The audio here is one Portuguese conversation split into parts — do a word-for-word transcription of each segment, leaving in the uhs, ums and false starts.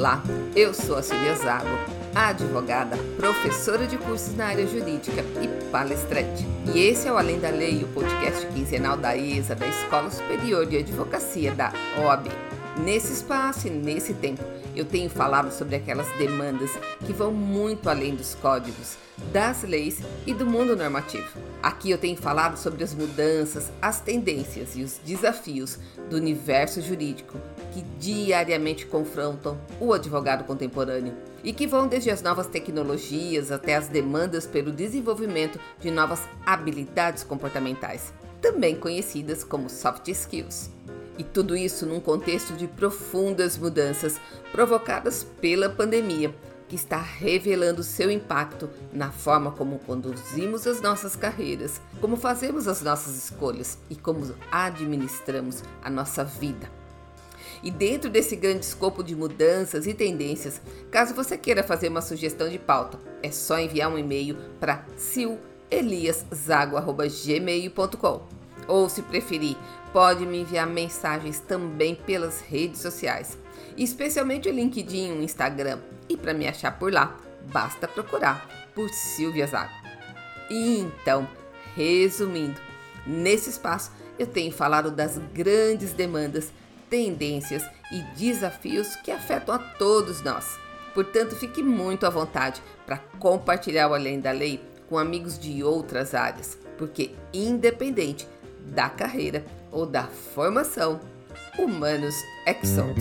Olá, eu sou a Silvia Zago, advogada, professora de cursos na área jurídica e palestrante. E esse é o Além da Lei, o podcast quinzenal da E S A, da Escola Superior de Advocacia da O A B. Nesse espaço e nesse tempo, eu tenho falado sobre aquelas demandas que vão muito além dos códigos, das leis e do mundo normativo. Aqui eu tenho falado sobre as mudanças, as tendências e os desafios do universo jurídico que diariamente confrontam o advogado contemporâneo e que vão desde as novas tecnologias até as demandas pelo desenvolvimento de novas habilidades comportamentais, também conhecidas como soft skills. E tudo isso num contexto de profundas mudanças provocadas pela pandemia, que está revelando seu impacto na forma como conduzimos as nossas carreiras, como fazemos as nossas escolhas e como administramos a nossa vida. E dentro desse grande escopo de mudanças e tendências, caso você queira fazer uma sugestão de pauta, é só enviar um e-mail para sil elias zago arroba gmail ponto com. Ou, se preferir, pode me enviar mensagens também pelas redes sociais, especialmente o LinkedIn e o Instagram. E para me achar por lá, basta procurar por Silvia Zago. E então, resumindo, nesse espaço eu tenho falado das grandes demandas, tendências e desafios que afetam a todos nós. Portanto, fique muito à vontade para compartilhar o Além da Lei com amigos de outras áreas, porque independente da carreira ou da formação, humanos é que somos.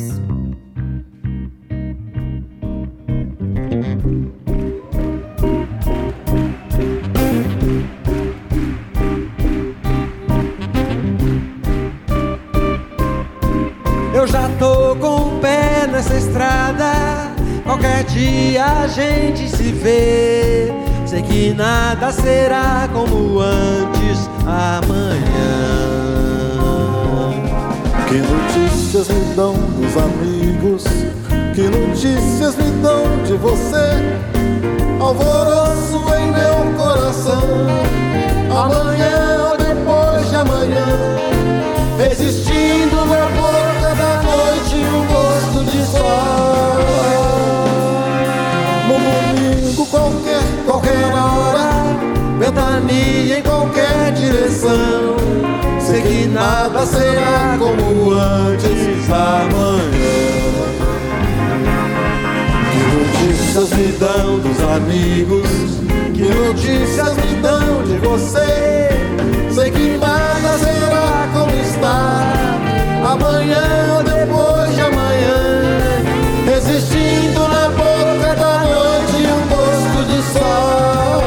Eu já tô com o pé nessa estrada, qualquer dia a gente se vê. Sei que nada será como antes amanhã. Que notícias me dão dos amigos? Que notícias me dão de você? Alvoroço em meu coração, amanhã ou depois de amanhã, resistindo na boca da noite um gosto de sol. No domingo qualquer, qualquer hora, ventania em qualquer direção. Sei que nada será como antes amanhã. Que notícias me dão dos amigos? Que notícias me dão de você? Sei que nada será como está amanhã ou depois de amanhã, resistindo na boca da noite um gosto de sol.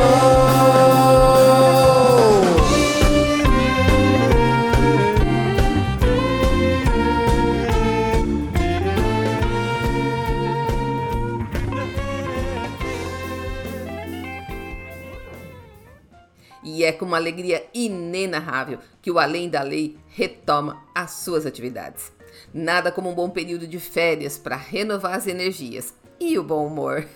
E é com uma alegria inenarrável que o Além da Lei retoma as suas atividades. Nada como um bom período de férias para renovar as energias e o bom humor.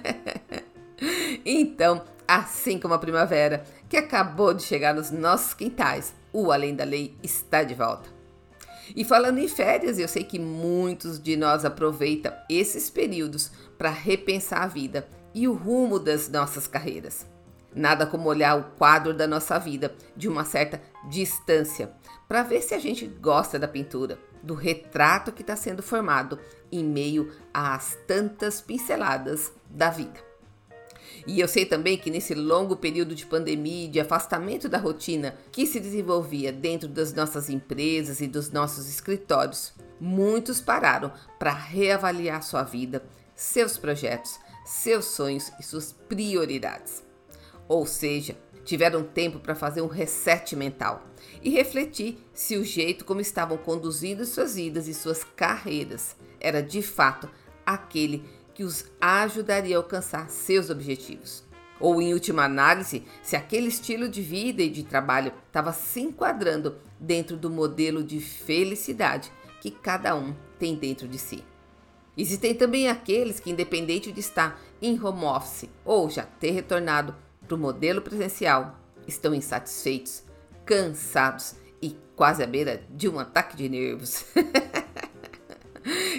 Então, assim como a primavera, que acabou de chegar nos nossos quintais, o Além da Lei está de volta. E falando em férias, eu sei que muitos de nós aproveitam esses períodos para repensar a vida e o rumo das nossas carreiras. Nada como olhar o quadro da nossa vida de uma certa distância para ver se a gente gosta da pintura, do retrato que está sendo formado em meio às tantas pinceladas da vida. E eu sei também que nesse longo período de pandemia e de afastamento da rotina que se desenvolvia dentro das nossas empresas e dos nossos escritórios, muitos pararam para reavaliar sua vida, seus projetos, seus sonhos e suas prioridades. Ou seja, tiveram tempo para fazer um reset mental e refletir se o jeito como estavam conduzindo suas vidas e suas carreiras era de fato aquele que os ajudaria a alcançar seus objetivos. Ou, em última análise, se aquele estilo de vida e de trabalho estava se enquadrando dentro do modelo de felicidade que cada um tem dentro de si. Existem também aqueles que, independente de estar em home office ou já ter retornado para o modelo presencial, estão insatisfeitos, cansados e quase à beira de um ataque de nervos.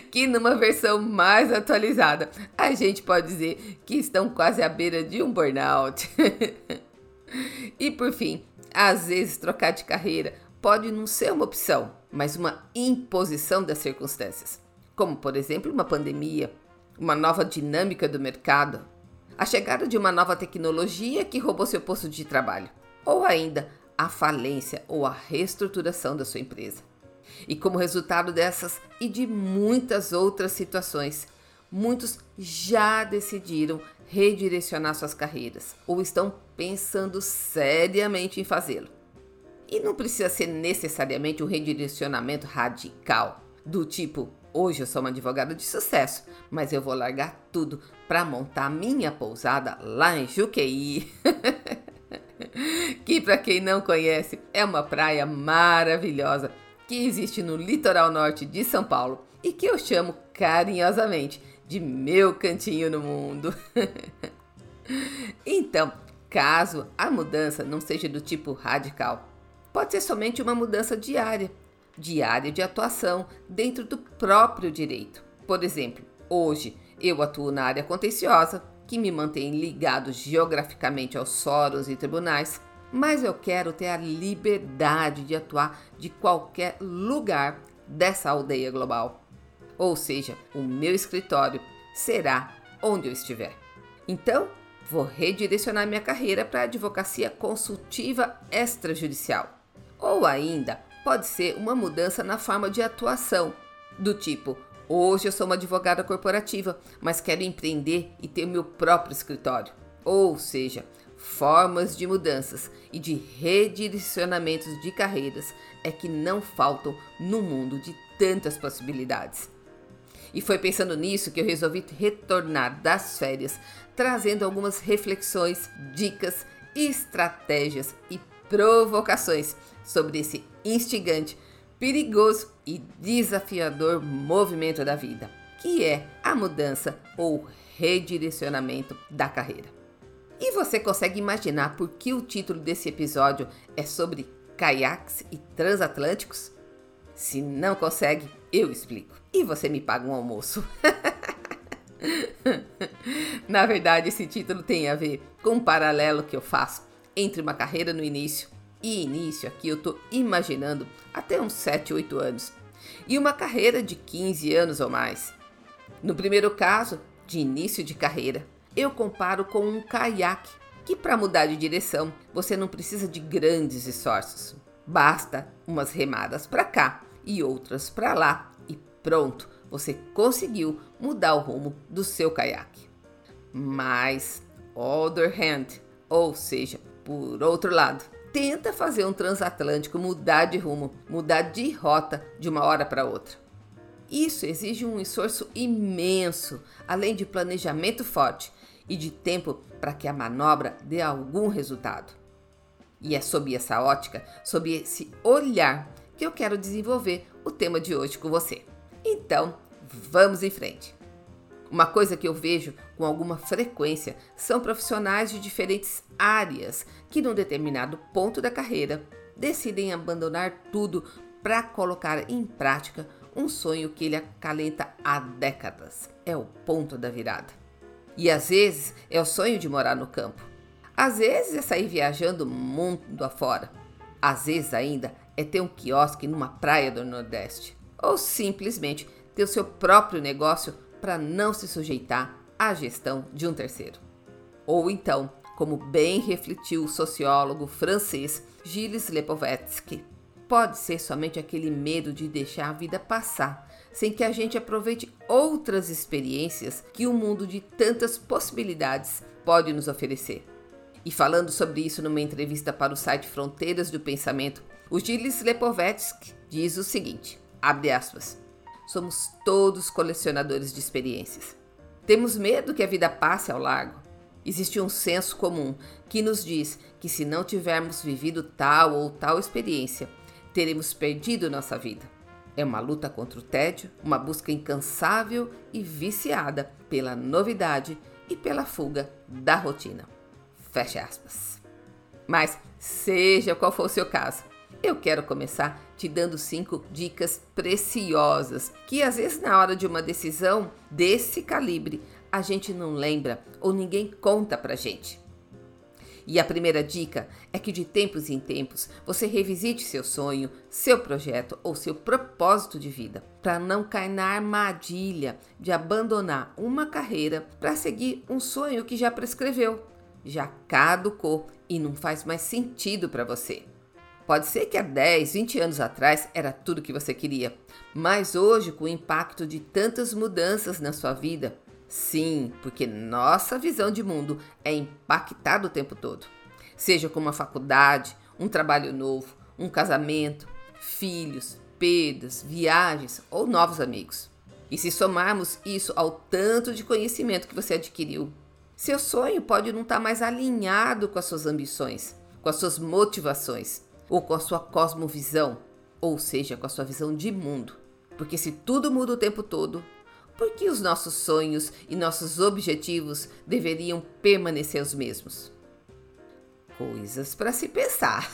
que numa versão mais atualizada, a gente pode dizer que estão quase à beira de um burnout. E por fim, às vezes trocar de carreira pode não ser uma opção, mas uma imposição das circunstâncias, como por exemplo uma pandemia, uma nova dinâmica do mercado, a chegada de uma nova tecnologia que roubou seu posto de trabalho, ou ainda a falência ou a reestruturação da sua empresa. E como resultado dessas e de muitas outras situações, muitos já decidiram redirecionar suas carreiras ou estão pensando seriamente em fazê-lo. E não precisa ser necessariamente um redirecionamento radical, do tipo, hoje eu sou uma advogada de sucesso, mas eu vou largar tudo para montar minha pousada lá em Juqueí. Que, para quem não conhece, é uma praia maravilhosa que existe no litoral norte de São Paulo e que eu chamo carinhosamente de meu cantinho no mundo. Então, caso a mudança não seja do tipo radical, pode ser somente uma mudança diária, diária de atuação dentro do próprio direito. Por exemplo, hoje eu atuo na área contenciosa, que me mantém ligado geograficamente aos fóruns e tribunais, mas eu quero ter a liberdade de atuar de qualquer lugar dessa aldeia global. Ou seja, o meu escritório será onde eu estiver. Então, vou redirecionar minha carreira para a advocacia consultiva extrajudicial. Ou ainda, pode ser uma mudança na forma de atuação, do tipo, hoje eu sou uma advogada corporativa, mas quero empreender e ter meu próprio escritório. Ou seja, formas de mudanças e de redirecionamentos de carreiras é que não faltam no mundo de tantas possibilidades. E foi pensando nisso que eu resolvi retornar das férias, trazendo algumas reflexões, dicas, estratégias e provocações sobre esse instigante, perigoso e desafiador movimento da vida, que é a mudança ou redirecionamento da carreira. E você consegue imaginar por que o título desse episódio é sobre caiaques e transatlânticos? Se não consegue, eu explico. E você me paga um almoço. Na verdade, esse título tem a ver com um paralelo que eu faço entre uma carreira no início, e início aqui eu estou imaginando até uns sete, oito anos, e uma carreira de quinze anos ou mais. No primeiro caso, de início de carreira, eu comparo com um caiaque, que para mudar de direção você não precisa de grandes esforços. Basta umas remadas para cá e outras para lá e pronto, você conseguiu mudar o rumo do seu caiaque. Mas, other hand, ou seja, por outro lado, tenta fazer um transatlântico mudar de rumo, mudar de rota de uma hora para outra. Isso exige um esforço imenso, além de planejamento forte e de tempo para que a manobra dê algum resultado. E é sob essa ótica, sob esse olhar, que eu quero desenvolver o tema de hoje com você. Então, vamos em frente. Uma coisa que eu vejo com alguma frequência são profissionais de diferentes áreas que, num determinado ponto da carreira, decidem abandonar tudo para colocar em prática um sonho que ele acalenta há décadas. É o ponto da virada. E às vezes é o sonho de morar no campo. Às vezes é sair viajando mundo afora. Às vezes ainda é ter um quiosque numa praia do Nordeste. Ou simplesmente ter o seu próprio negócio para não se sujeitar à gestão de um terceiro. Ou então, como bem refletiu o sociólogo francês Gilles Lipovetsky, pode ser somente aquele medo de deixar a vida passar, sem que a gente aproveite outras experiências que o mundo de tantas possibilidades pode nos oferecer. E falando sobre isso numa entrevista para o site Fronteiras do Pensamento, o Gilles Lipovetsky diz o seguinte, abre aspas, somos todos colecionadores de experiências. Temos medo que a vida passe ao largo. Existe um senso comum que nos diz que se não tivermos vivido tal ou tal experiência, teremos perdido nossa vida. É uma luta contra o tédio, uma busca incansável e viciada pela novidade e pela fuga da rotina. Fecha aspas. Mas, seja qual for o seu caso, Eu quero começar te dando cinco dicas preciosas que às vezes na hora de uma decisão desse calibre a gente não lembra ou ninguém conta pra gente. E a primeira dica é que de tempos em tempos você revisite seu sonho, seu projeto ou seu propósito de vida, para não cair na armadilha de abandonar uma carreira para seguir um sonho que já prescreveu, já caducou e não faz mais sentido para você. Pode ser que há dez, vinte anos atrás era tudo que você queria, mas hoje, com o impacto de tantas mudanças na sua vida, sim, porque nossa visão de mundo é impactada o tempo todo. Seja com uma faculdade, um trabalho novo, um casamento, filhos, perdas, viagens ou novos amigos. E se somarmos isso ao tanto de conhecimento que você adquiriu, seu sonho pode não estar mais alinhado com as suas ambições, com as suas motivações ou com a sua cosmovisão, ou seja, com a sua visão de mundo. Porque se tudo muda o tempo todo, por que os nossos sonhos e nossos objetivos deveriam permanecer os mesmos? Coisas para se pensar.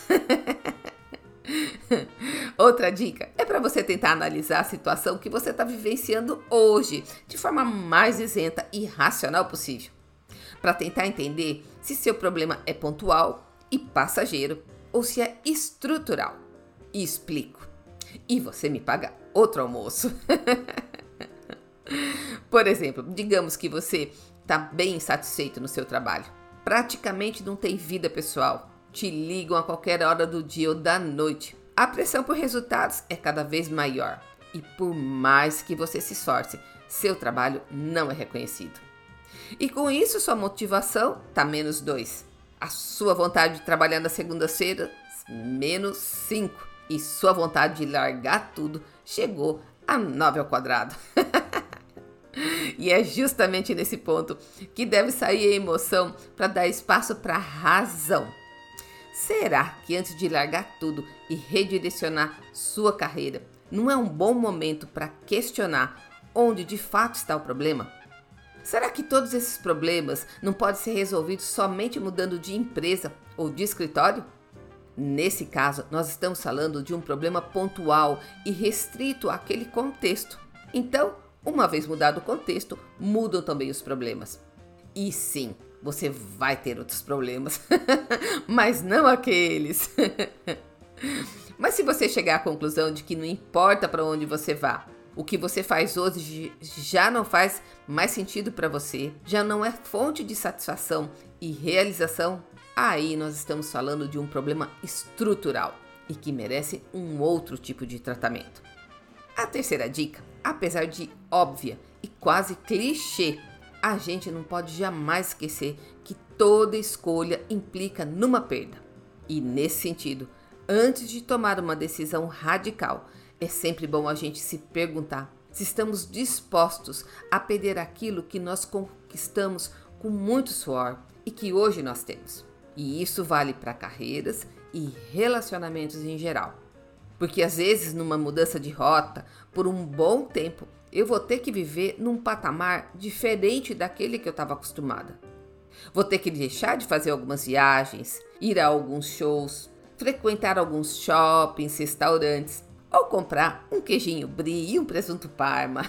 Outra dica é para você tentar analisar a situação que você está vivenciando hoje de forma mais isenta e racional possível, para tentar entender se seu problema é pontual e passageiro ou se é estrutural. E explico. E você me paga outro almoço. Por exemplo, digamos que você está bem insatisfeito no seu trabalho. Praticamente não tem vida pessoal. Te ligam a qualquer hora do dia ou da noite. A pressão por resultados é cada vez maior. E por mais que você se esforce, seu trabalho não é reconhecido. E com isso, sua motivação está menos dois. A sua vontade de trabalhar na segunda-feira, menos cinco. E sua vontade de largar tudo chegou a nove ao quadrado. E é justamente nesse ponto que deve sair a emoção para dar espaço para a razão. Será que antes de largar tudo e redirecionar sua carreira, não é um bom momento para questionar onde de fato está o problema? Será que todos esses problemas não podem ser resolvidos somente mudando de empresa ou de escritório? Nesse caso, nós estamos falando de um problema pontual e restrito àquele contexto. Então, uma vez mudado o contexto, mudam também os problemas. E sim, você vai ter outros problemas, mas não aqueles. Mas se você chegar à conclusão de que não importa para onde você vá, o que você faz hoje já não faz mais sentido para você, já não é fonte de satisfação e realização, aí nós estamos falando de um problema estrutural e que merece um outro tipo de tratamento. A terceira dica, apesar de óbvia e quase clichê, a gente não pode jamais esquecer que toda escolha implica numa perda. E nesse sentido, antes de tomar uma decisão radical, é sempre bom a gente se perguntar se estamos dispostos a perder aquilo que nós conquistamos com muito suor e que hoje nós temos. E isso vale para carreiras e relacionamentos em geral. Porque às vezes numa mudança de rota, por um bom tempo, eu vou ter que viver num patamar diferente daquele que eu estava acostumada. Vou ter que deixar de fazer algumas viagens, ir a alguns shows, frequentar alguns shoppings, restaurantes, ou comprar um queijinho brie e um presunto parma.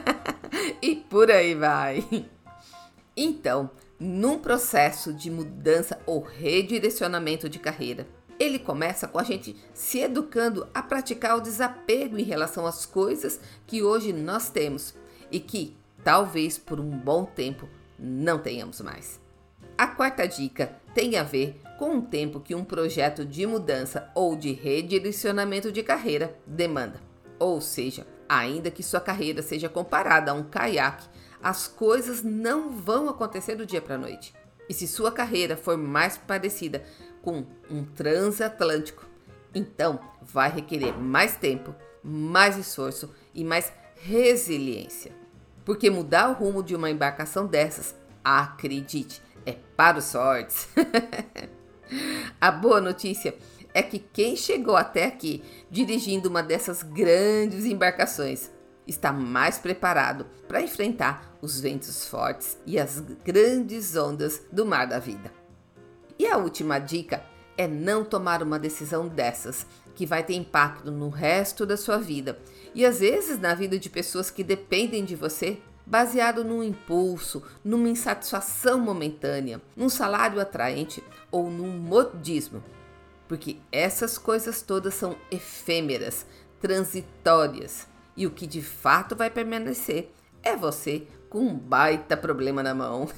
E por aí vai. Então, num processo de mudança ou redirecionamento de carreira, ele começa com a gente se educando a praticar o desapego em relação às coisas que hoje nós temos e que, talvez por um bom tempo, não tenhamos mais. A quarta dica tem a ver com o tempo que um projeto de mudança ou de redirecionamento de carreira demanda. Ou seja, ainda que sua carreira seja comparada a um caiaque, as coisas não vão acontecer do dia para a noite. E se sua carreira for mais parecida com um transatlântico, então vai requerer mais tempo, mais esforço e mais resiliência. Porque mudar o rumo de uma embarcação dessas, acredite, é para os fortes. A boa notícia é que quem chegou até aqui dirigindo uma dessas grandes embarcações está mais preparado para enfrentar os ventos fortes e as grandes ondas do mar da vida. E a última dica é não tomar uma decisão dessas, que vai ter impacto no resto da sua vida e às vezes na vida de pessoas que dependem de você, baseado num impulso, numa insatisfação momentânea, num salário atraente ou num modismo. Porque essas coisas todas são efêmeras, transitórias, e o que de fato vai permanecer é você com um baita problema na mão.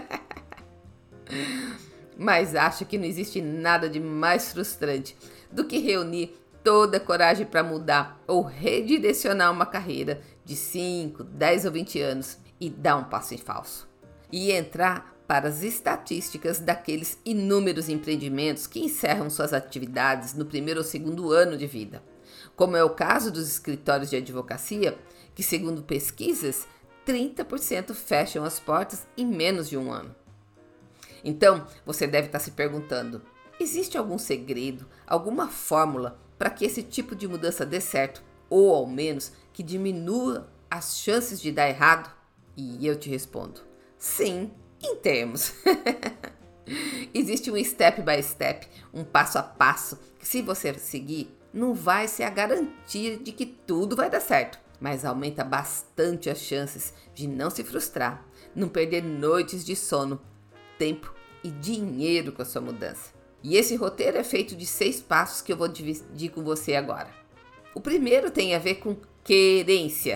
Mas acho que não existe nada de mais frustrante do que reunir toda a coragem para mudar ou redirecionar uma carreira de cinco, dez ou vinte anos e dar um passo em falso. E entrar para as estatísticas daqueles inúmeros empreendimentos que encerram suas atividades no primeiro ou segundo ano de vida. Como é o caso dos escritórios de advocacia, que segundo pesquisas, trinta por cento fecham as portas em menos de um ano. Então, você deve estar se perguntando, existe algum segredo, alguma fórmula para que esse tipo de mudança dê certo, ou ao menos que diminua as chances de dar errado? E eu te respondo, sim, em termos. Existe um step by step, um passo a passo, que se você seguir, não vai ser a garantia de que tudo vai dar certo, mas aumenta bastante as chances de não se frustrar, não perder noites de sono, tempo e dinheiro com a sua mudança. E esse roteiro é feito de seis passos que eu vou dividir com você agora. O primeiro tem a ver com querência.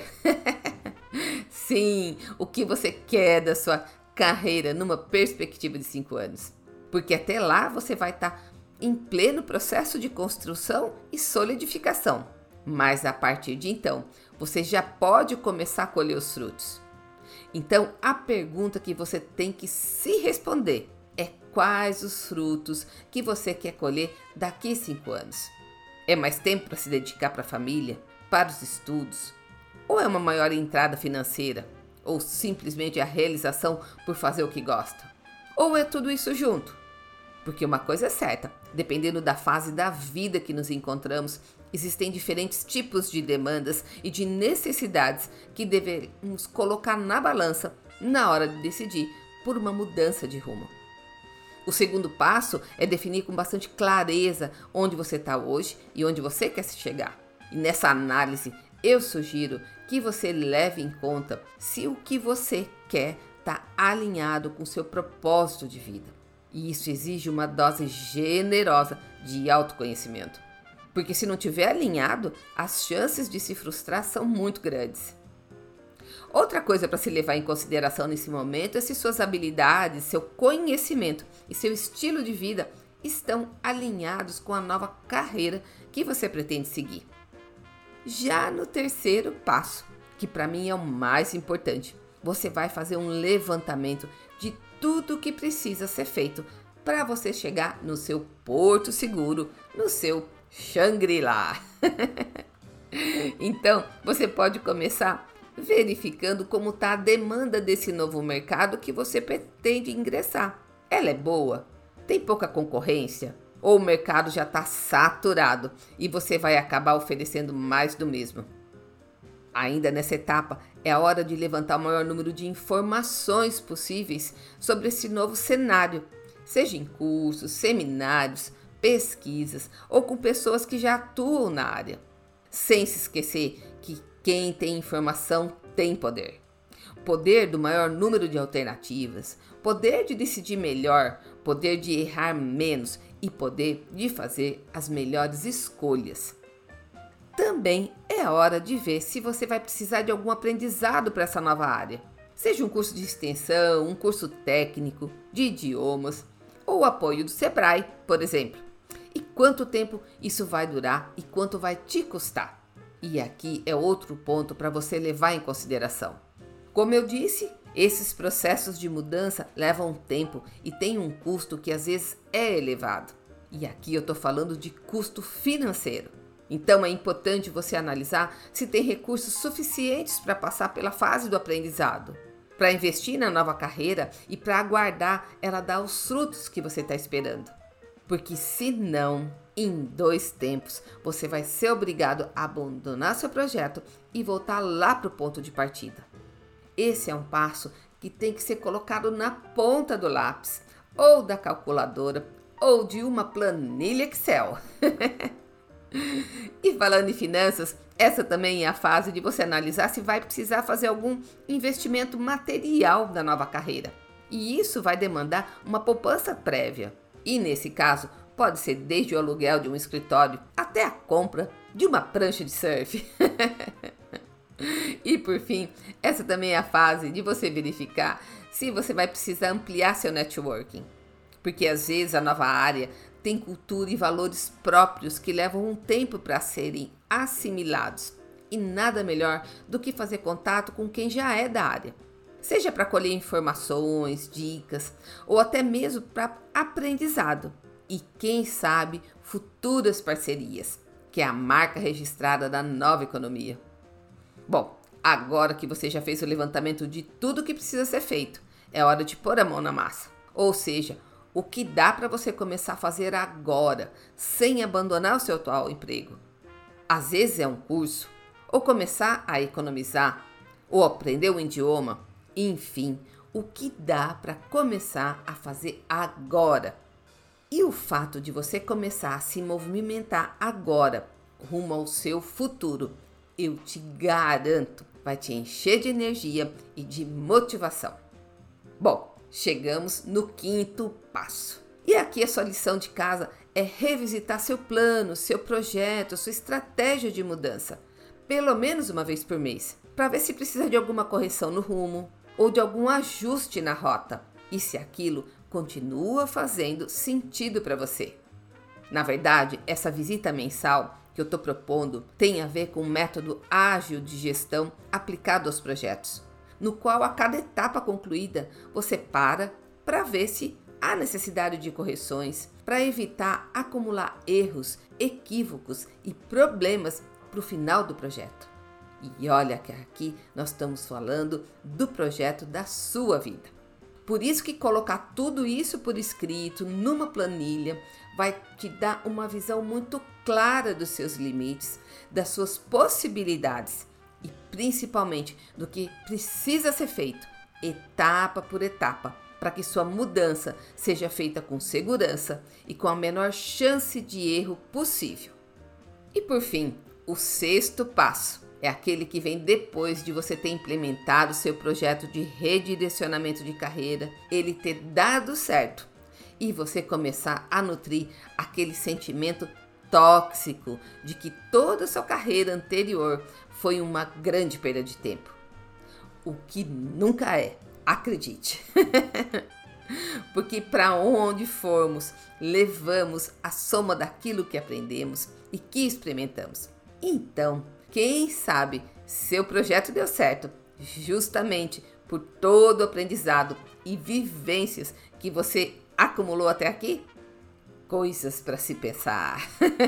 Sim, o que você quer da sua carreira numa perspectiva de cinco anos. Porque até lá você vai estar em pleno processo de construção e solidificação. Mas a partir de então, você já pode começar a colher os frutos. Então, a pergunta que você tem que se responder é quais os frutos que você quer colher daqui a cinco anos. É mais tempo para se dedicar para a família, para os estudos? Ou é uma maior entrada financeira? Ou simplesmente a realização por fazer o que gosta? Ou é tudo isso junto? Porque uma coisa é certa, dependendo da fase da vida que nos encontramos, existem diferentes tipos de demandas e de necessidades que devemos colocar na balança na hora de decidir por uma mudança de rumo. O segundo passo é definir com bastante clareza onde você está hoje e onde você quer chegar. E nessa análise, eu sugiro que você leve em conta se o que você quer está alinhado com o seu propósito de vida. E isso exige uma dose generosa de autoconhecimento. Porque se não estiver alinhado, as chances de se frustrar são muito grandes. Outra coisa para se levar em consideração nesse momento é se suas habilidades, seu conhecimento e seu estilo de vida estão alinhados com a nova carreira que você pretende seguir. Já no terceiro passo, que para mim é o mais importante, você vai fazer um levantamento de tudo o que precisa ser feito para você chegar no seu porto seguro, no seu Shangri-La. Então, você pode começar verificando como está a demanda desse novo mercado que você pretende ingressar. Ela é boa? Tem pouca concorrência? Ou o mercado já está saturado e você vai acabar oferecendo mais do mesmo? Ainda nessa etapa, é a hora de levantar o maior número de informações possíveis sobre esse novo cenário, seja em cursos, seminários, pesquisas ou com pessoas que já atuam na área. Sem se esquecer que quem tem informação tem poder. Poder do maior número de alternativas, poder de decidir melhor, poder de errar menos e poder de fazer as melhores escolhas. Também é a hora de ver se você vai precisar de algum aprendizado para essa nova área. Seja um curso de extensão, um curso técnico, de idiomas ou o apoio do Sebrae, por exemplo. E quanto tempo isso vai durar e quanto vai te custar? E aqui é outro ponto para você levar em consideração. Como eu disse, esses processos de mudança levam tempo e têm um custo que às vezes é elevado. E aqui eu estou falando de custo financeiro. Então é importante você analisar se tem recursos suficientes para passar pela fase do aprendizado, para investir na nova carreira e para aguardar ela dar os frutos que você está esperando. Porque se não, em dois tempos, você vai ser obrigado a abandonar seu projeto e voltar lá para o ponto de partida. Esse é um passo que tem que ser colocado na ponta do lápis ou da calculadora ou de uma planilha Excel. E falando em finanças, essa também é a fase de você analisar se vai precisar fazer algum investimento material na nova carreira. E isso vai demandar uma poupança prévia. E nesse caso, pode ser desde o aluguel de um escritório até a compra de uma prancha de surf. E por fim, essa também é a fase de você verificar se você vai precisar ampliar seu networking. Porque às vezes a nova área tem cultura e valores próprios que levam um tempo para serem assimilados. E nada melhor do que fazer contato com quem já é da área. Seja para colher informações, dicas ou até mesmo para aprendizado. E quem sabe futuras parcerias, que é a marca registrada da nova economia. Bom, agora que você já fez o levantamento de tudo que precisa ser feito, é hora de pôr a mão na massa. Ou seja, o que dá para você começar a fazer agora, sem abandonar o seu atual emprego. Às vezes é um curso, ou começar a economizar, ou aprender um idioma, enfim, o que dá para começar a fazer agora. E o fato de você começar a se movimentar agora, rumo ao seu futuro, eu te garanto, vai te encher de energia e de motivação. Bom, chegamos no quinto passo. E aqui a sua lição de casa é revisitar seu plano, seu projeto, sua estratégia de mudança, pelo menos uma vez por mês, para ver se precisa de alguma correção no rumo ou de algum ajuste na rota e se aquilo continua fazendo sentido para você. Na verdade, essa visita mensal que eu estou propondo tem a ver com um método ágil de gestão aplicado aos projetos, no qual a cada etapa concluída você para para ver se há necessidade de correções para evitar acumular erros, equívocos e problemas para o final do projeto. E olha que aqui nós estamos falando do projeto da sua vida. Por isso que colocar tudo isso por escrito numa planilha vai te dar uma visão muito clara dos seus limites, das suas possibilidades e principalmente do que precisa ser feito, etapa por etapa, para que sua mudança seja feita com segurança e com a menor chance de erro possível. E por fim, o sexto passo é aquele que vem depois de você ter implementado seu projeto de redirecionamento de carreira, ele ter dado certo e você começar a nutrir aquele sentimento tóxico de que toda a sua carreira anterior foi uma grande perda de tempo. O que nunca é, acredite. Porque para onde formos, levamos a soma daquilo que aprendemos e que experimentamos. Então, quem sabe seu projeto deu certo justamente por todo o aprendizado e vivências que você acumulou até aqui? Coisas para se pensar.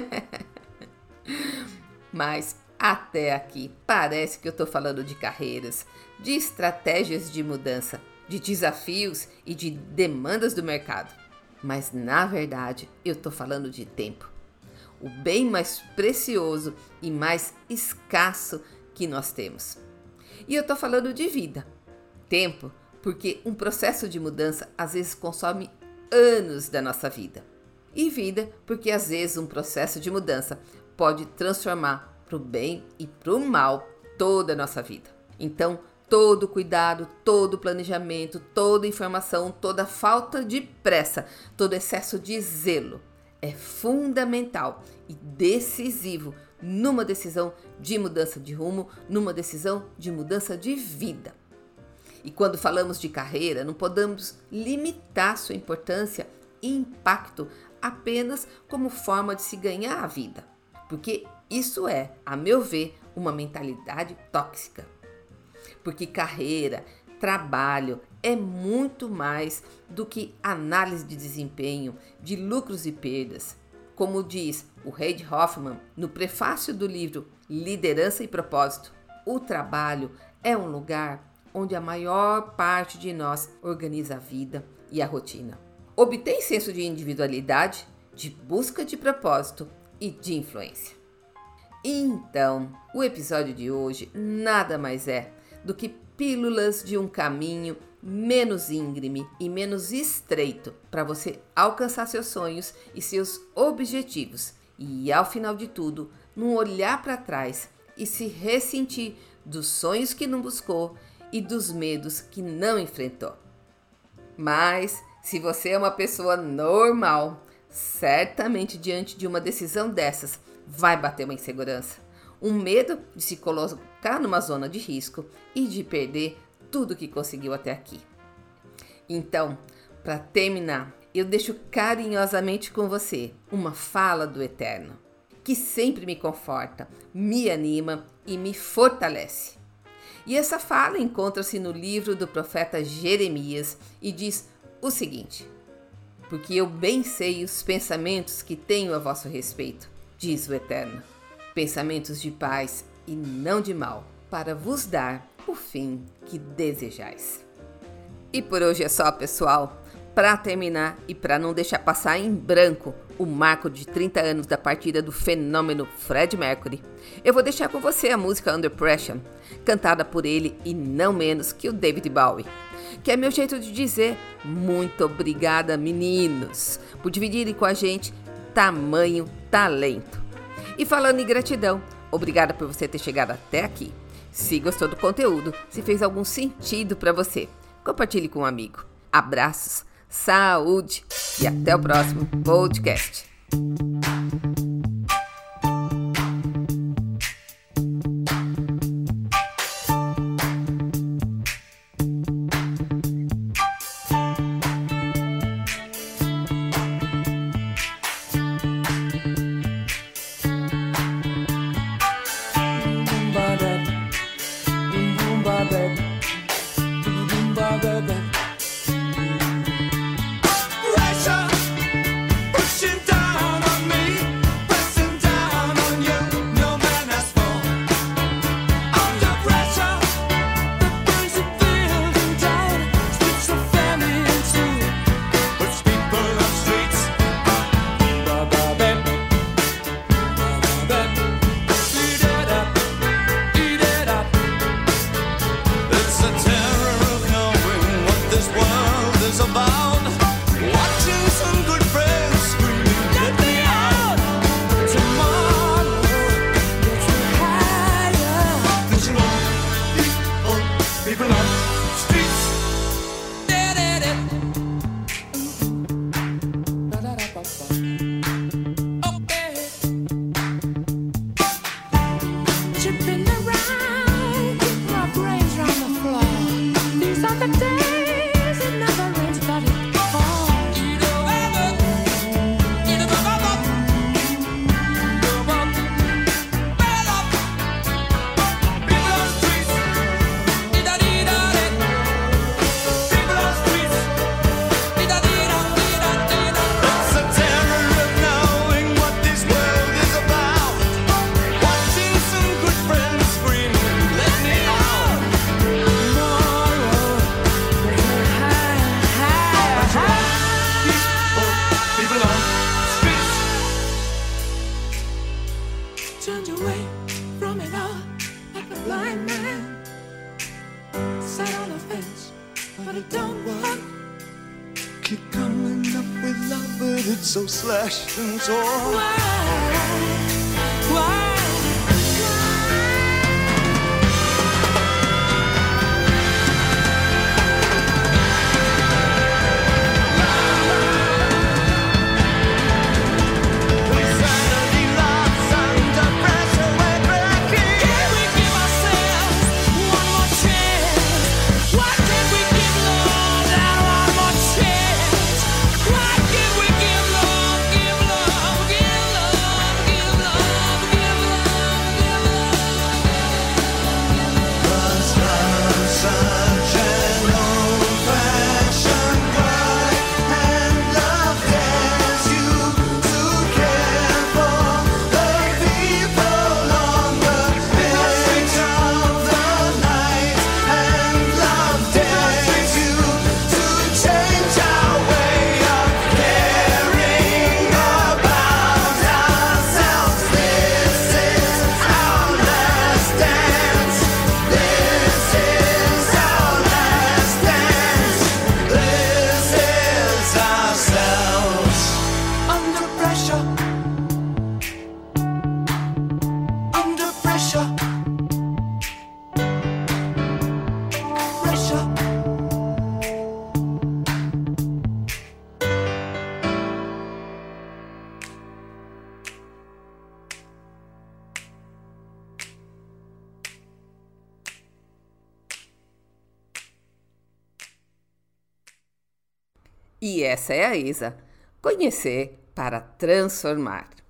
Mas até aqui parece que eu estou falando de carreiras, de estratégias de mudança, de desafios e de demandas do mercado. Mas na verdade eu estou falando de tempo. O bem mais precioso e mais escasso que nós temos. E eu estou falando de vida. Tempo, porque um processo de mudança às vezes consome anos da nossa vida. E vida, porque às vezes um processo de mudança pode transformar para o bem e para o mal toda a nossa vida. Então, todo cuidado, todo planejamento, toda informação, toda falta de pressa, todo excesso de zelo é fundamental e decisivo numa decisão de mudança de rumo, numa decisão de mudança de vida. E quando falamos de carreira, não podemos limitar sua importância e impacto apenas como forma de se ganhar a vida, porque isso é, a meu ver, uma mentalidade tóxica. Porque carreira, trabalho é muito mais do que análise de desempenho, de lucros e perdas. Como diz o Reid Hoffman no prefácio do livro Liderança e Propósito, o trabalho é um lugar onde a maior parte de nós organiza a vida e a rotina. Obtém senso de individualidade, de busca de propósito e de influência. Então, o episódio de hoje nada mais é do que pílulas de um caminho menos íngreme e menos estreito para você alcançar seus sonhos e seus objetivos. E ao final de tudo, não olhar para trás e se ressentir dos sonhos que não buscou e dos medos que não enfrentou. Mas se você é uma pessoa normal, certamente diante de uma decisão dessas vai bater uma insegurança, um medo de se colocar numa zona de risco e de perder tudo que conseguiu até aqui. Então, para terminar, eu deixo carinhosamente com você uma fala do Eterno, que sempre me conforta, me anima e me fortalece. E essa fala encontra-se no livro do profeta Jeremias e diz o seguinte: porque eu bem sei os pensamentos que tenho a vosso respeito, diz o Eterno, pensamentos de paz e não de mal, para vos dar o fim que desejais. E por hoje é só, pessoal. Para terminar e para não deixar passar em branco o marco de trinta anos da partida do fenômeno Fred Mercury, eu vou deixar com você a música Under Pressure, cantada por ele e não menos que o David Bowie, que é meu jeito de dizer muito obrigada, meninos, por dividirem com a gente tamanho talento. E falando em gratidão, obrigada por você ter chegado até aqui. Se gostou do conteúdo, se fez algum sentido para você, compartilhe com um amigo. Abraços, saúde e até o próximo podcast. Turned away from it all like a blind man. Sat on the fence, but it don't work. Keep coming up with love, but it's so slashed and torn. Why? Why? Why can't we give love, give love, give love? E essa é a ESA. Conhecer para transformar.